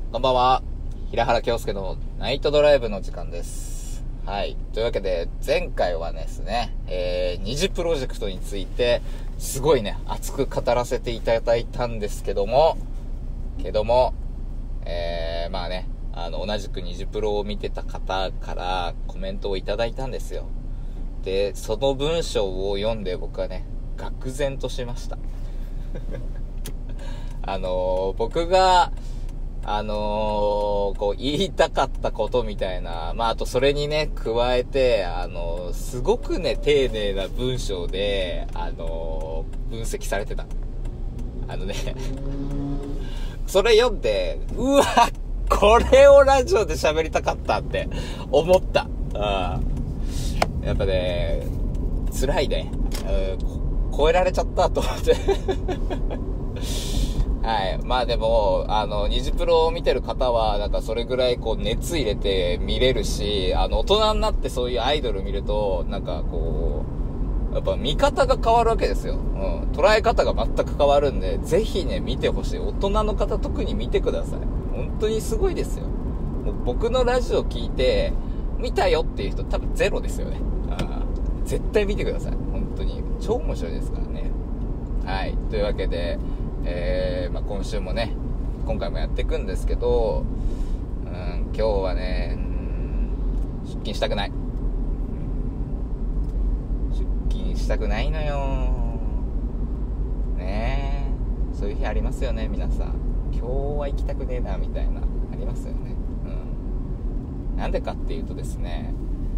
こんばんは。平原京介のナイトドライブの時間です。はい。というわけで、前回はですね、二次プロジェクトについて、すごいね、熱く語らせていただいたんですけども、まあね、同じく二次プロを見てた方からコメントをいただいたんですよ。で、その文章を読んで僕はね、愕然としました。僕が、こう言いたかったことみたいな、あとそれにね、加えて、すごくね、丁寧な文章で、分析されてた。それ読んで、うわ、これをラジオで喋りたかったって思った。やっぱね、辛いね。超えられちゃったと思って。はい。でも、二次プロを見てる方は、なんかそれぐらいこう熱入れて見れるし、大人になってそういうアイドル見ると、なんかこう、やっぱ見方が変わるわけですよ。捉え方が全く変わるんで、ぜひね、見てほしい。大人の方特に見てください。本当にすごいですよ。もう僕のラジオ聞いて、見たよっていう人多分ゼロですよね。絶対見てください。本当に。超面白いですからね。はい。というわけで、今週もね、今回もやっていくんですけど、今日はね、出勤したくない。出勤したくないのよ。ねえ。そういう日ありますよね、皆さん。今日は行きたくねえな、みたいな。ありますよね。なんでかっていうとですね、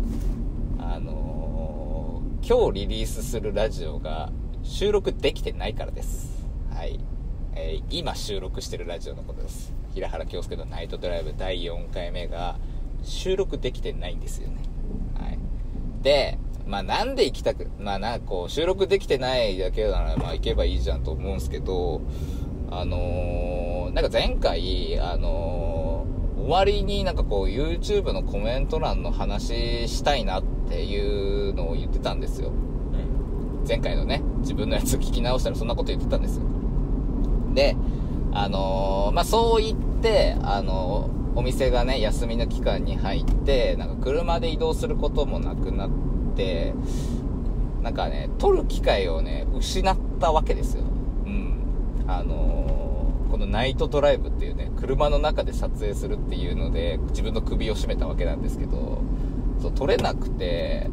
今日リリースするラジオが収録できてないからです。はい。今収録してるラジオのことです。平原京介のナイトドライブ第4回目が収録できてないんですよね。はい。で、なんで行きたく、こう収録できてないだけなら行けばいいじゃんと思うんですけど、なんか前回、終わりになんかこう YouTube のコメント欄の話したいなっていうのを言ってたんですよ。前回のね、自分のやつを聞き直したらそんなこと言ってたんですよ。で、そう言って、お店がね、休みの期間に入って、なんか車で移動することもなくなって、なんかね、撮る機会をね、失ったわけですよ。このナイトドライブっていうね、車の中で撮影するっていうので、自分の首を絞めたわけなんですけど、そう撮れなくて、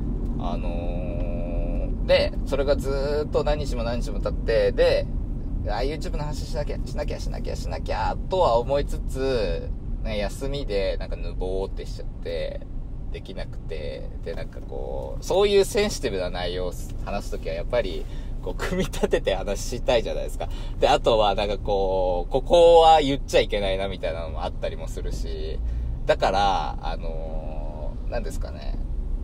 で、それがずーっと何日も経って、で、YouTube の話しなきゃ、とは思いつつ、ね、休みで、なんかぬぼーってしちゃって、できなくて、で、なんかこう、そういうセンシティブな内容を話すときは、やっぱり、こう、組み立てて話したいじゃないですか。で、あとは、なんかこう、ここは言っちゃいけないな、みたいなのもあったりもするし、だから、なんですかね、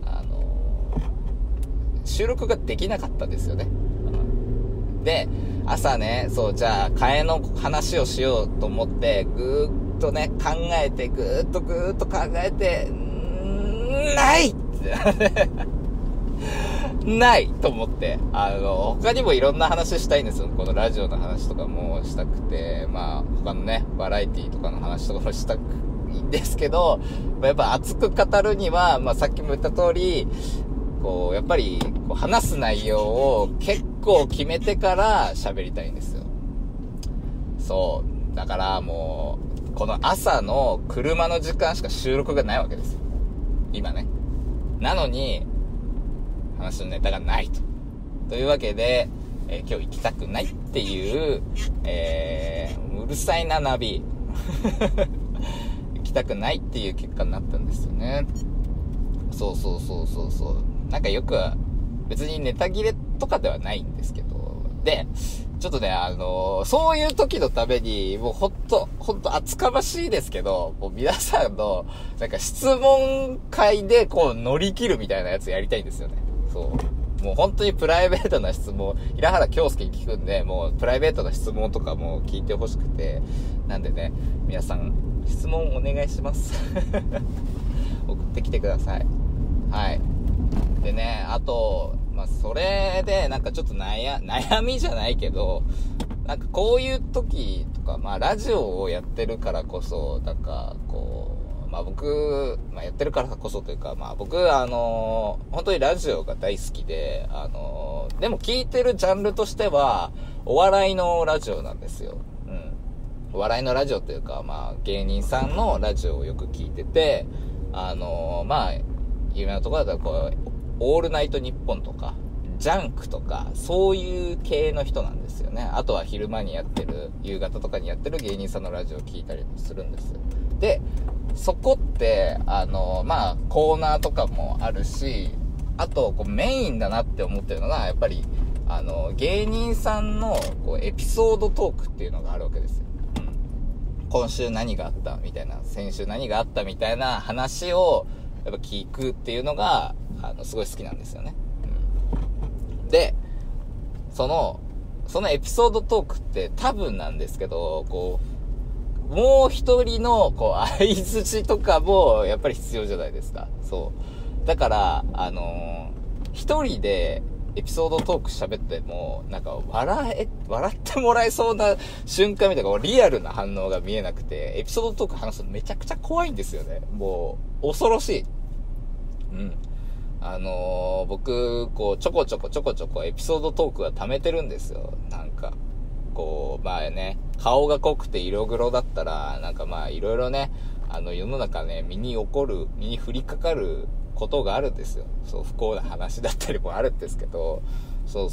収録ができなかったんですよね。で、朝ね、じゃあ、替えの話をしようと思って、ぐーっとね、考えて、ぐーっと考えて、ないってないと思って、他にもいろんな話したいんですよ。このラジオの話とかもしたくて、他のね、バラエティとかの話とかもしたくいいんですけど、やっぱ熱く語るには、さっきも言った通り、こう、やっぱり、こう話す内容を結構決めてから喋りたいんですよ。そう。だからもう、この朝の車の時間しか収録がないわけですよ。今ね。なのに、話のネタがないと。というわけで、今日行きたくないっていう、うるさいなナビ。行きたくないっていう結果になったんですよね。そう。なんかよく、別にネタ切れとかではないんですけど、で、ちょっとね、そういう時のために、もうほんと厚かましいですけど、もう皆さんの、なんか質問会でこう乗り切るみたいなやつやりたいんですよね。そう。もう本当にプライベートな質問、平原京介に聞くんで、もうプライベートな質問とかも聞いてほしくて、なんでね、皆さん、質問お願いします。送ってきてください。はい。でね、あと、それで、なんかちょっと悩みじゃないけど、なんかこういう時とか、まあラジオをやってるからこそ、なんかこう、まあ僕、まあやってるからこそというか、まあ僕本当にラジオが大好きで、でも聞いてるジャンルとしては、お笑いのラジオなんですよ。うん。お笑いのラジオというか、まあ芸人さんのラジオをよく聞いてて、まあ、有名なところだとこう、オールナイトニッポンとか、ジャンクとか、そういう系の人なんですよね。あとは昼間にやってる、夕方とかにやってる芸人さんのラジオを聞いたりもするんですよ。で、そこって、まあ、コーナーとかもあるし、あと、こう、メインだなって思ってるのが、やっぱり、芸人さんの、こう、エピソードトークっていうのがあるわけですよ。うん。今週何があったみたいな、先週何があったみたいな話を、やっぱ聞くっていうのが、すごい好きなんですよね。うん。で、そのエピソードトークって多分なんですけど、こう、もう一人の、こう、相槌とかも、やっぱり必要じゃないですか。そう。だから、一人で、エピソードトーク喋っても、なんか、笑ってもらえそうな瞬間みたいな、リアルな反応が見えなくて、エピソードトーク話すのめちゃくちゃ怖いんですよね。もう、恐ろしい。うん。僕、こう、ちょこちょこエピソードトークは貯めてるんですよ。なんか、こう、まあね、顔が濃くて色黒だったら、なんかまあ、いろいろね、世の中ね、身に降りかかることがあるんですよ。そう、不幸な話だったりもあるんですけど、そう。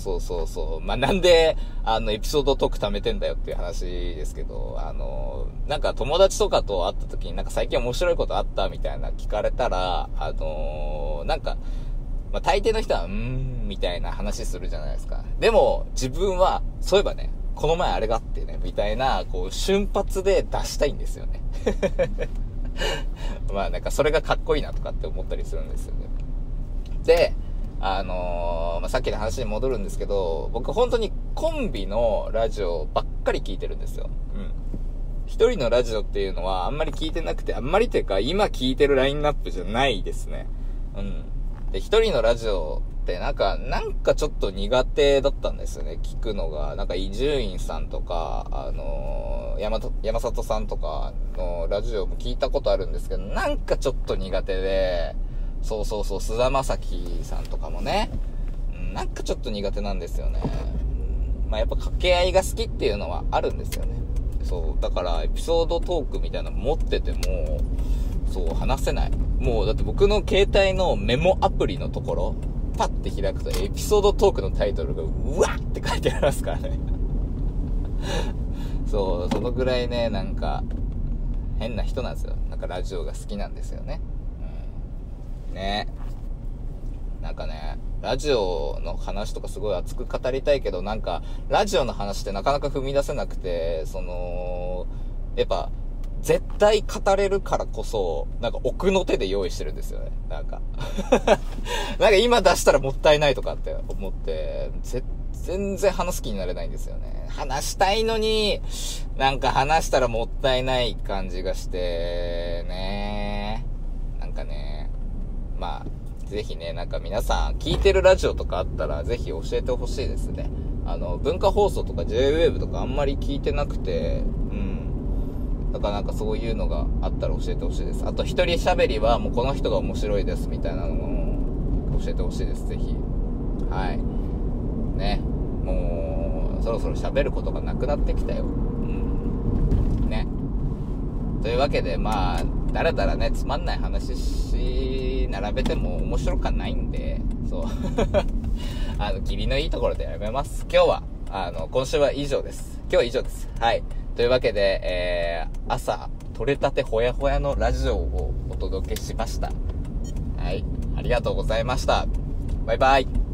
まあ、なんで、エピソードトーク貯めてんだよっていう話ですけど、なんか友達とかと会った時になんか最近面白いことあったみたいな聞かれたら、なんか、まあ、大抵の人は、みたいな話するじゃないですか。でも、自分は、そういえばね、この前あれがあってね、みたいな、こう、瞬発で出したいんですよね。まあ、なんかそれがかっこいいなとかって思ったりするんですよね。で、まあ、さっきの話に戻るんですけど、僕本当にコンビのラジオばっかり聞いてるんですよ。うん。一人のラジオっていうのはあんまり聞いてなくて、あんまりというか今聞いてるラインナップじゃないですね。うん。で、一人のラジオってなんかちょっと苦手だったんですよね。聞くのが。なんか伊集院さんとか、山里さんとかのラジオも聞いたことあるんですけど、なんかちょっと苦手で、そう、菅田将暉さんとかもね、なんかちょっと苦手なんですよね。まあやっぱ掛け合いが好きっていうのはあるんですよね。そう、だからエピソードトークみたいなの持ってても、そう、話せない。もうだって僕の携帯のメモアプリのところ、パッて開くとエピソードトークのタイトルがうわって書いてありますからね。そう、そのぐらいね、なんか、変な人なんですよ。なんかラジオが好きなんですよね。ね。なんかね、ラジオの話とかすごい熱く語りたいけど、なんか、ラジオの話ってなかなか踏み出せなくて、やっぱ、絶対語れるからこそ、なんか奥の手で用意してるんですよね。なんか。なんか今出したらもったいないとかって思って、全然話す気になれないんですよね。話したいのに、なんか話したらもったいない感じがして、ね。なんかね、まあ、ぜひね、なんか皆さん聞いてるラジオとかあったらぜひ教えてほしいですね。文化放送とか J-Wave とかあんまり聞いてなくて、だからなんかそういうのがあったら教えてほしいです。あと一人喋りはもうこの人が面白いですみたいなのを教えてほしいです、ぜひ。はい。ね。もう、そろそろ喋ることがなくなってきたよ。ね。というわけで、まあ、だらだらね、つまんない話並べても面白くないんで、そう。義理のいいところでやめます。今週は以上です。今日は以上です。はい。というわけで、朝、取れたてほやほやのラジオをお届けしました。はい。ありがとうございました。バイバイ。